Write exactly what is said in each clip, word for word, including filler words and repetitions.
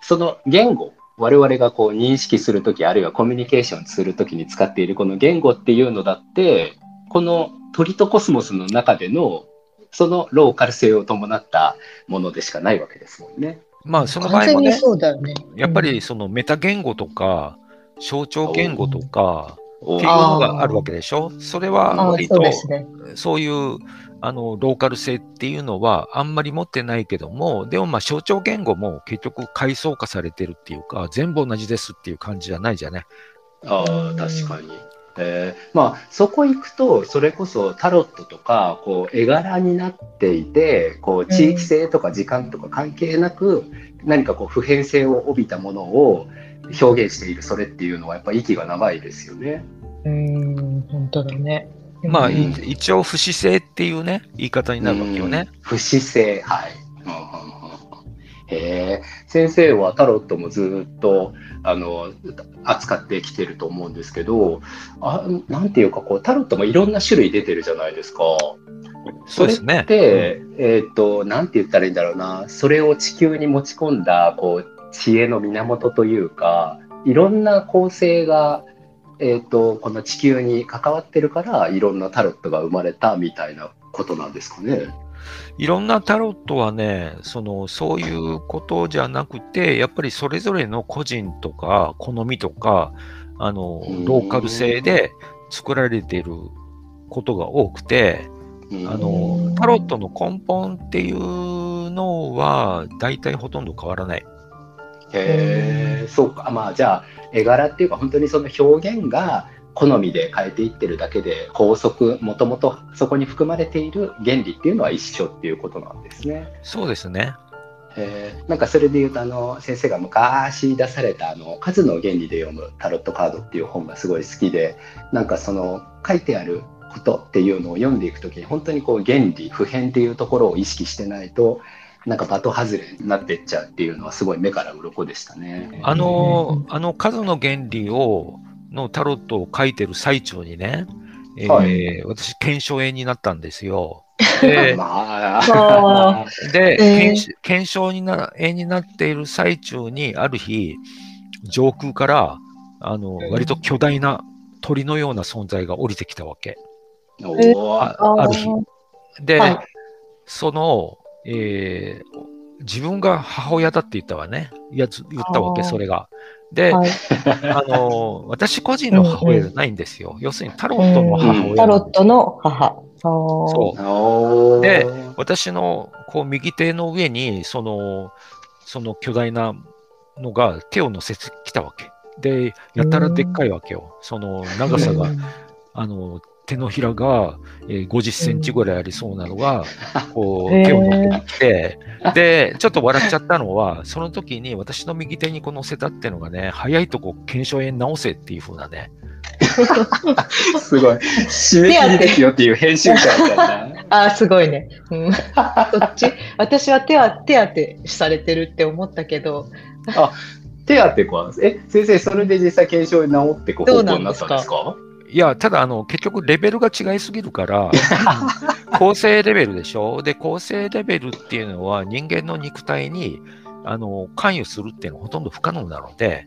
その言語、我々がこう認識するとき、あるいはコミュニケーションするときに使っているこの言語っていうのだって、この鳥とコスモスの中でのそのローカル性を伴ったものでしかないわけですもんね。 まあ、その場完全に合もね、 そうだよね。 やっぱりそのメタ言語とか、象徴言語とかおっていうのがあるわけでしょ。それはああ、 割そうですとね。 そういうあのローカル性っていうのはあんまり持ってないけども、でもまあ象徴言語も結局階層化されてるっていうか、全部同じですっていう感じじゃないじゃね。 ああ、確かに。えー、まあそこ行くとそれこそタロットとかこう絵柄になっていて、こう地域性とか時間とか関係なく何かこう普遍性を帯びたものを表現している、それっていうのはやっぱ息が長いですよね。 うーん、本当だね。 まあ、 うんい一応不死性っていうね言い方になるわけよね。 不死性、はい。うんうんうん、へえ、先生はタロットもずっとあの扱ってきてると思うんですけど、あ、なんていうかこうタロットもいろんな種類出てるじゃないですか。それっそうですね。 て、うん、えっとなんて言ったらいいんだろうな、それを地球に持ち込んだこう知恵の源というか、いろんな構成がえーと、この地球に関わってるからいろんなタロットが生まれたみたいなことなんですかね。 いろんなタロットはね、そのそういうことじゃなくて、やっぱりそれぞれの個人とか好みとか、あのローカル性で作られていることが多くて、あのタロットの根本っていうのは大体ほとんど変わらない。 へえ、そうか。まあじゃあ絵柄っていうか本当にその表現が好みで変えていってるだけで、法則、もともとそこに含まれている原理っていうのは一緒っていうことなんですね。 そうですね。 えー、なんかそれで言うとあの先生が昔出されたあの数の原理で読むタロットカードっていう本がすごい好きで、なんかその書いてあることっていうのを読んでいくときに本当にこう原理普遍っていうところを意識してないとなんか的外れになってっちゃうっていうのはすごい目から鱗でしたね。 あのあの数の原理をのタロットを書いてる最中にね、えーはい、私腱鞘炎になったんですよ。で、 まあ、 で、えー、腱鞘にな炎になっている最中にある日上空からあの割と巨大な鳥のような存在が降りてきたわけ。 えー、 あ, ある日で、はい、その、えー、自分が母親だって言ったわね。やつ言ったわけ、それが。で、はい、あの私個人の母親じゃないんですよ。うんうん、要するにタロットの母親。 タロットの母。 そう。で、私のこう右手の上にそのその巨大なのが手を乗せてきたわけ。で、やたらでっかいわけよ。その長さが、あの手のひらがごじゅっセンチぐらいありそうなのが、こう手を乗っけてきて、で、ちょっと笑っちゃったのは、その時に私の右手にこう乗せたっていうのがね、早いとこ腱鞘炎直せっていう風なね。 すごい。締め切りですよっていう編集者みたいな。 あ、すごいね。うん、そっち私は手は手当てされてるって思ったけど。 あ、手当てか。え、先生、それで実際腱鞘炎治ってこう方向になったんですか？ いや、ただあの結局レベルが違いすぎるから構成レベルでしょ。で、構成レベルっていうのは人間の肉体にあの関与するっていうのはほとんど不可能なので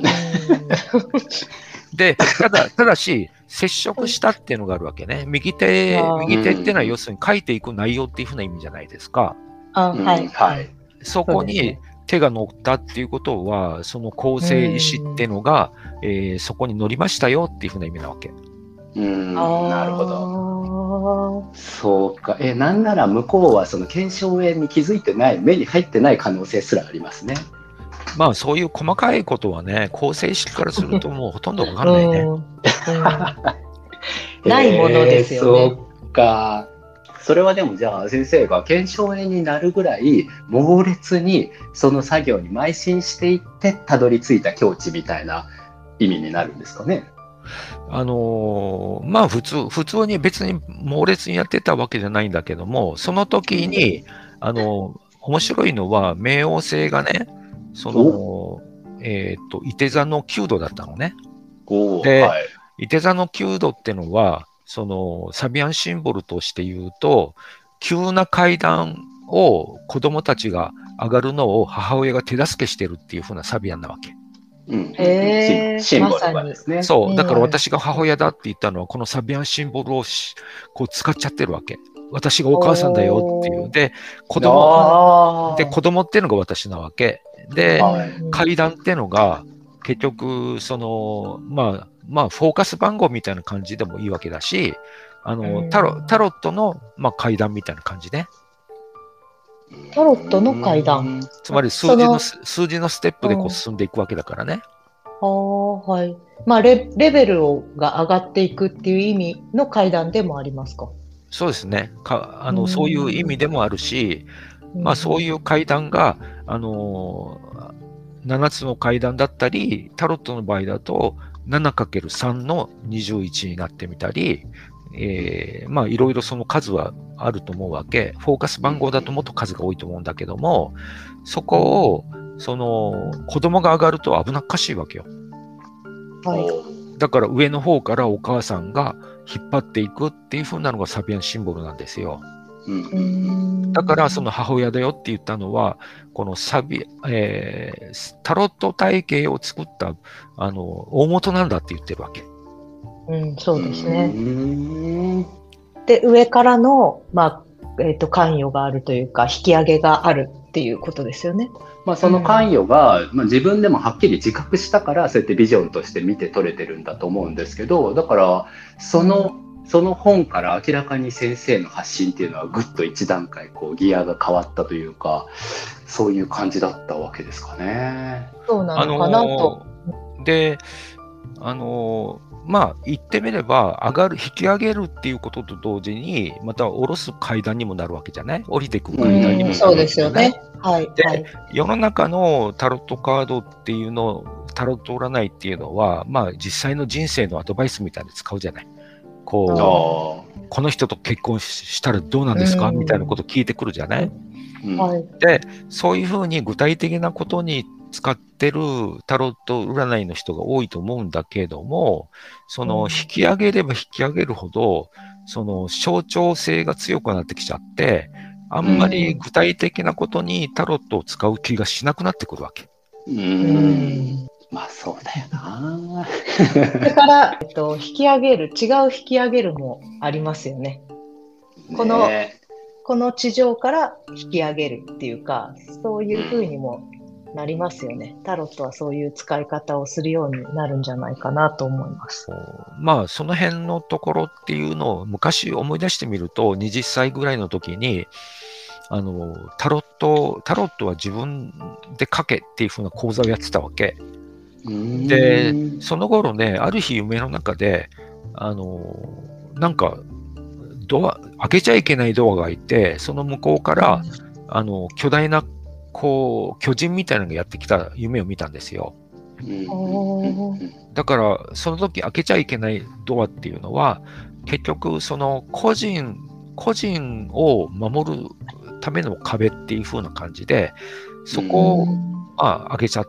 で、ただ、ただし接触したっていうのがあるわけね。右手、右手っていうのは要するに書いていく内容っていうふうな意味じゃないですか。 あ、はい、はい。 そこに手が乗ったっていうことは、その構成意思っていうのが、えー、そこに乗りましたよっていうふうな意味なわけ。 うん、なるほど。そうか。え、なんなら向こうはその腱鞘炎に気づいてない、目に入ってない可能性すらありますね。 まあそういう細かいことはね、構成意識からするともうほとんどわかんないね。 ないものですよね。 えー、そうか。それはでもじゃあ先生が腱鞘炎になるぐらい猛烈にその作業に邁進していってたどり着いた境地みたいな意味になるんですかね。 あのー、まあ普通普通に別に猛烈にやってたわけじゃないんだけども、その時にあの面白いのは冥王星がね、そのえっと、いて座のきゅうどだったのね。で、はい、いて座のきゅうどってのは、そのサビアンシンボルとして言うと、急な階段を子供たちが上がるのを母親が手助けしてるっていう風なサビアンなわけ。 うん、 へーシンボルがですね。 そう。だからうん私が母親だって言ったのは、このサビアンシンボルをしこう使っちゃってるわけ。私がお母さんだよっていう。 おーで、子供、 あで、子供っていうのが私なわけ。で、 はい階段っていうのが、結局、その、まあ、まあ、フォーカス番号みたいな感じでもいいわけだし、あの、 うんタロタロットの、まあ、階段みたいな感じね。 タロットの階段。 つまり数字の、 そ数字のステップでこううん進んでいくわけだからね。 ああ、はい。まあレ、レベルをが上がっていくっていう意味の階段でもありますか？ そうですね。かあの、 うんそういう意味でもあるし、まあ、そういう階段が、あのー、ななつの階段だったり、タロットの場合だと ななかけるさん のにじゅういちになってみたり、えーまあ、いろいろその数はあると思うわけ。フォーカス番号だともっと数が多いと思うんだけども、そこを、その、子供が上がると危なっかしいわけよ。 はい。 だから上の方からお母さんが引っ張っていくっていう風なのがサビアンシンボルなんですよ。 うんうーんだからその母親だよって言ったのは、このサビ、えータロット体系を作ったあの大元なんだって言ってるわけ。 うん、そうですうね。 んで、上からの、まあ、えっと、関与があるというか、引き上げがあるっていうことですよね。 まあ、その関与が、まあ、自分でもはっきり自覚したからそうやってビジョンとして見て取れてるんだと思うんですけど、だからそのその本から明らかに先生の発信っていうのはぐっと一段階こうギアが変わったというか、そういう感じだったわけですかね。 そうなのかなと。 あのーで、あのーまあ言ってみれば上がる引き上げるっていうことと同時にまた下ろす階段にもなるわけじゃない？降りていく階段にもなるわけじゃない？ そうですよね。はい。 で、 はい。 世の中のタロットカードっていうの、タロット占いっていうのは、まあ実際の人生のアドバイスみたいに使うじゃない。こう、 あこの人と結婚したらどうなんですかうんみたいなこと聞いてくるじゃない。 ーうんはい。 で、そういうふうに具体的なことに使ってるタロット占いの人が多いと思うんだけども、そのうん引き上げれば引き上げるほど、その象徴性が強くなってきちゃって、あんまり具体的なことにタロットを使う気がしなくなってくるわけ。 ううんんまあそうだよな。 それから、えっと、引き上げる、違う引き上げるもありますよね。このねこの地上から引き上げるっていうか、そういう風にもなりますよね。タロットはそういう使い方をするようになるんじゃないかなと思います。 まあその辺のところっていうのを昔思い出してみると、はたちさいぐらいの時に、あのタロット、タロットは自分で書けっていう風な講座をやってたわけ。 うんで、その頃ね、ある日夢の中で、あの、なんか、ドア、開けちゃいけないドアが開いて、その向こうから、あの、巨大な、こう、巨人みたいなのがやってきた夢を見たんですよ。 うんおーだから、その時開けちゃいけないドアっていうのは、結局、その個人、個人を守るための壁っていう風な感じで、そこを、まあ、開けちゃって、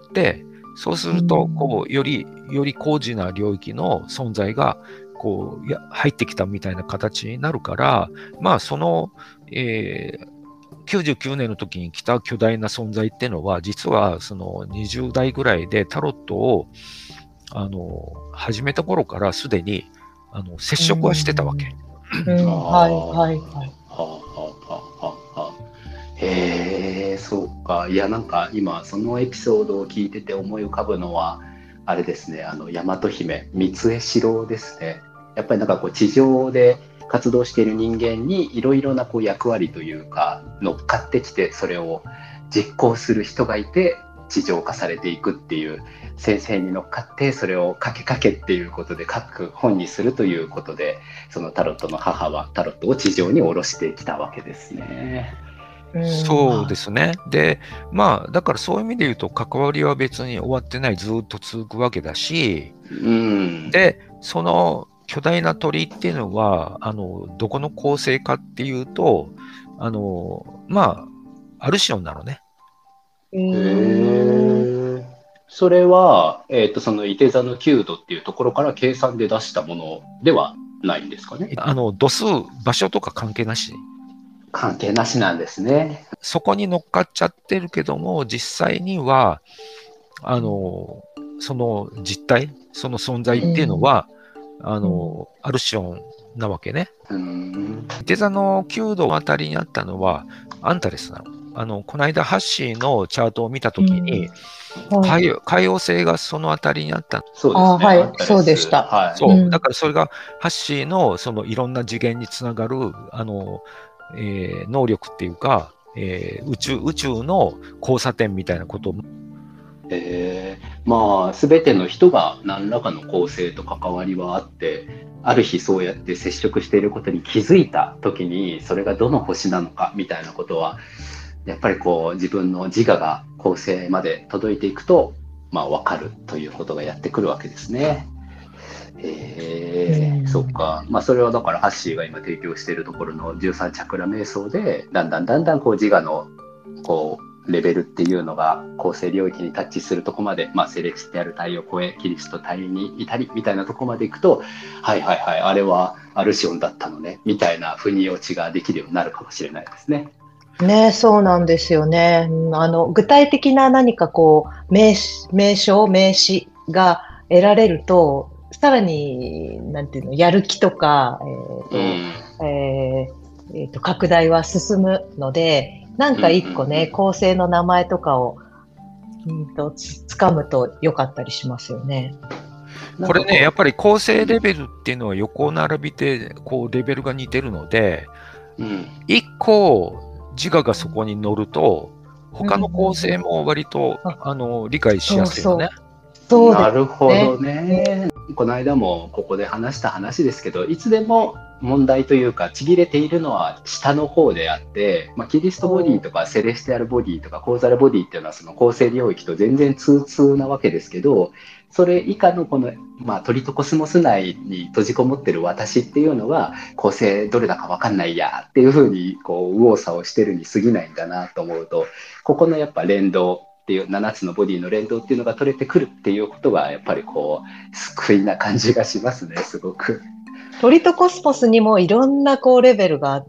そうすると、こう、より、より高次な領域の存在が、こう、や入ってきたみたいな形になるから、まあ、その、えーきゅうじゅうきゅうねんの時に来た巨大な存在っていうのは、実はそのにじゅう代ぐらいでタロットを、あの、始めた頃からすでに、あの、接触はしてたわけ。 うん、はい、はい、はい。 はあはあはあはあはあへえ、そうか。いや、なんか今そのエピソードを聞いてて思い浮かぶのはあれですね。あの大和姫三江四郎ですね。やっぱりなんかこう地上で活動している人間にいろいろなこう役割というか乗っかってきてそれを実行する人がいて地上化されていくっていう先生に乗っかってそれを書け書けっていうことで書く本にするということでそのタロットの母はタロットを地上に下ろしてきたわけですね。 そうですね。で、まあ、だからそういう意味で言うと、関わりは別に終わってない、ずっと続くわけだし、 うん、 で、その巨大な鳥っていうのは、あの、どこの構成かっていうと、あの、まあ、アルシオンなのね。 へへーえ。それは、えっと、そのいて座のきゅうどっていうところから計算で出したものではないんですかね。 あの、度数、場所とか関係なし。 関係なしなんですね。 そこに乗っかっちゃってるけども、実際には、あの、その実態、その存在っていうのは、うん、あの、うん、アルシオンなわけね。 うん。 いて座のきゅうどあたりにあったのは、アンタレスなの。あの、この間、ハッシーのチャートを見たときに、うんはい、海洋星がそのあたりにあった。 そうですね。 はい、そうでした。 はい、そう。だからそれが、ハッシーのそのいろんな次元につながる、あの、えー、能力っていうか、えー、宇宙、宇宙の交差点みたいなことを。 えー、まあ、すべての人が何らかの構成と関わりはあって、ある日そうやって接触していることに気づいた時に、それがどの星なのかみたいなことは、やっぱりこう自分の自我が構成まで届いていくと、まあ、分かるということがやってくるわけですね。えー、そうか。まあ、それはだからハッシーが今提供しているところのじゅうさんチャクラ瞑想で、だんだんだんだんこう自我のこうレベルっていうのが構成領域にタッチするとこまで、まあ、セレスティアル体を超えキリスト体に至りみたいなとこまでいくと、はいはいはい、あれはアルシオンだったのねみたいな腑に落ちができるようになるかもしれないですね。 ね、そうなんですよね。あの具体的な何かこう名名称名詞が得られると、さらになんていうの、やる気とか、えーとうんえーえーと拡大は進むので、なんか一個ね、うんうんうん、構成の名前とかを、うんと、つ、つかむと良かったりしますよね。 これね、やっぱり構成レベルっていうのは横並びで、こう、レベルが似てるので、うん、一個自我がそこに乗ると、他の構成も割と、うん、あの、理解しやすいよね。 そうそうそう、なるほどね。この間もここで話した話ですけど、いつでも問題というかちぎれているのは下の方であって、まあ、キリストボディとかセレスティアルボディとかコーザルボディっていうのはその構成領域と全然通通なわけですけど、それ以下のこの、まあ、トリとコスモス内に閉じこもってる私っていうのは構成どれだか分かんないやっていうふうにこう右往左往してるに過ぎないんだなと思うと、ここのやっぱ連動っていうななつのボディの連動っていうのが取れてくるっていうことがやっぱりこう救いな感じがしますね、すごく。 鳥とコスモスにもいろんなこうレベルがあって、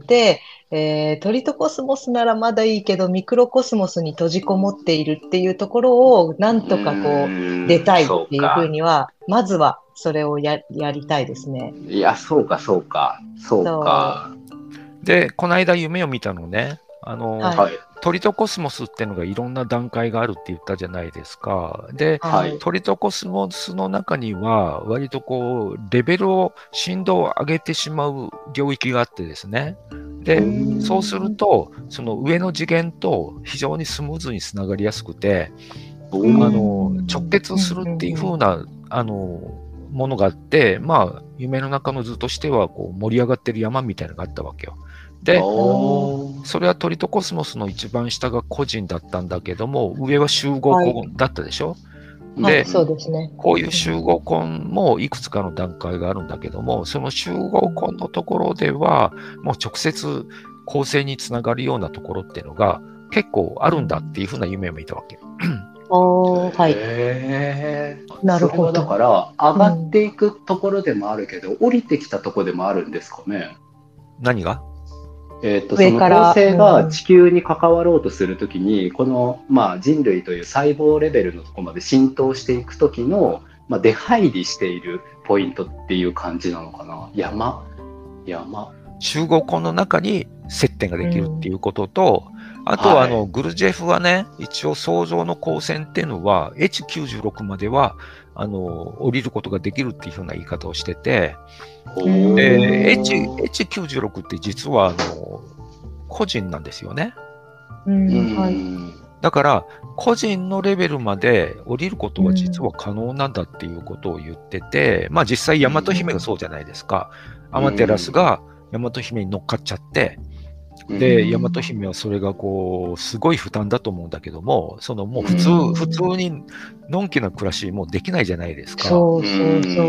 えー、鳥とコスモスならまだいいけどミクロコスモスに閉じこもっているっていうところをなんとかこう出たいっていうふうには、まずはそれを や, やりたいですね。 いや、そうかそうかそうか。 で、この間夢を見たのね。あの、はい、鳥とコスモスっていうのがいろんな段階があるって言ったじゃないですか。で、はい、鳥とコスモスの中には割とこうレベルを振動を上げてしまう領域があってですね。で、そうするとその上の次元と非常にスムーズにつながりやすくて、あの直結するっていう風なあのものがあって、まあ夢の中の図としてはこう盛り上がってる山みたいなのがあったわけよ。で、それは鳥とコスモスの一番下が個人だったんだけども、上は集合根だったでしょ、 はい、で、はい、そうですね。 こういう集合根もいくつかの段階があるんだけども、その集合根のところでは、もう直接構成につながるようなところっていうのが結構あるんだっていうふうな夢を見たわけ。 おはい。 なるほど。だから上がっていくところでもあるけど、うん、降りてきたところでもあるんですかね。 何が？ えー、とその構成が地球に関わろうとするときに、うん、この、まあ、人類という細胞レベルのところまで浸透していくときの、まあ、出入りしているポイントっていう感じなのかな。山山集合根の中に接点ができるっていうことと、うん、あとはあの、はい、グルジェフはね、一応想像の光線っていうのは エイチきゅうじゅうろく まではあの降りることができるっていうふうな言い方をしてて、で エイチきゅうじゅうろく って実はあの個人なんですよね。 うんはい、 だから個人のレベルまで降りることは実は可能なんだっていうことを言ってて、まあ実際大和姫がそうじゃないですか。アマテラスが大和姫に乗っかっちゃって、で、大和姫はそれがこう、すごい負担だと思うんだけども、そのもう普通、普通にのんきな暮らしもうできないじゃないですか。 そうそうそう。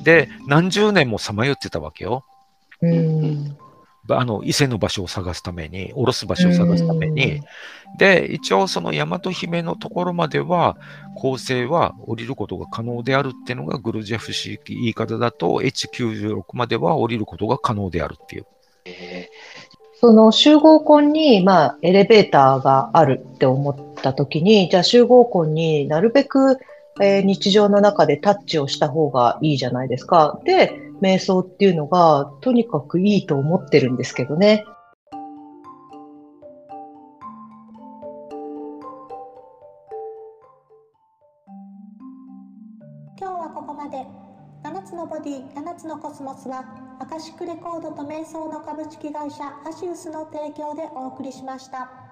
で、何十年もさまよってたわけよ。 うんあの、伊勢の場所を探すために、下ろす場所を探すために。で、一応その大和姫のところまでは、構成は降りることが可能であるっていうのがグルジェフ式言い方だと、エイチきゅうじゅうろく までは降りることが可能であるっていう。 えーその集合根に、まあ、エレベーターがあるって思った時に、じゃあ集合根になるべく、えー日常の中でタッチをした方がいいじゃないですか。で、瞑想っていうのがとにかくいいと思ってるんですけどね。 今日はここまで。ななつのボディ、ななつのコスモスはアカシックレコードと瞑想の株式会社アシウスの提供でお送りしました。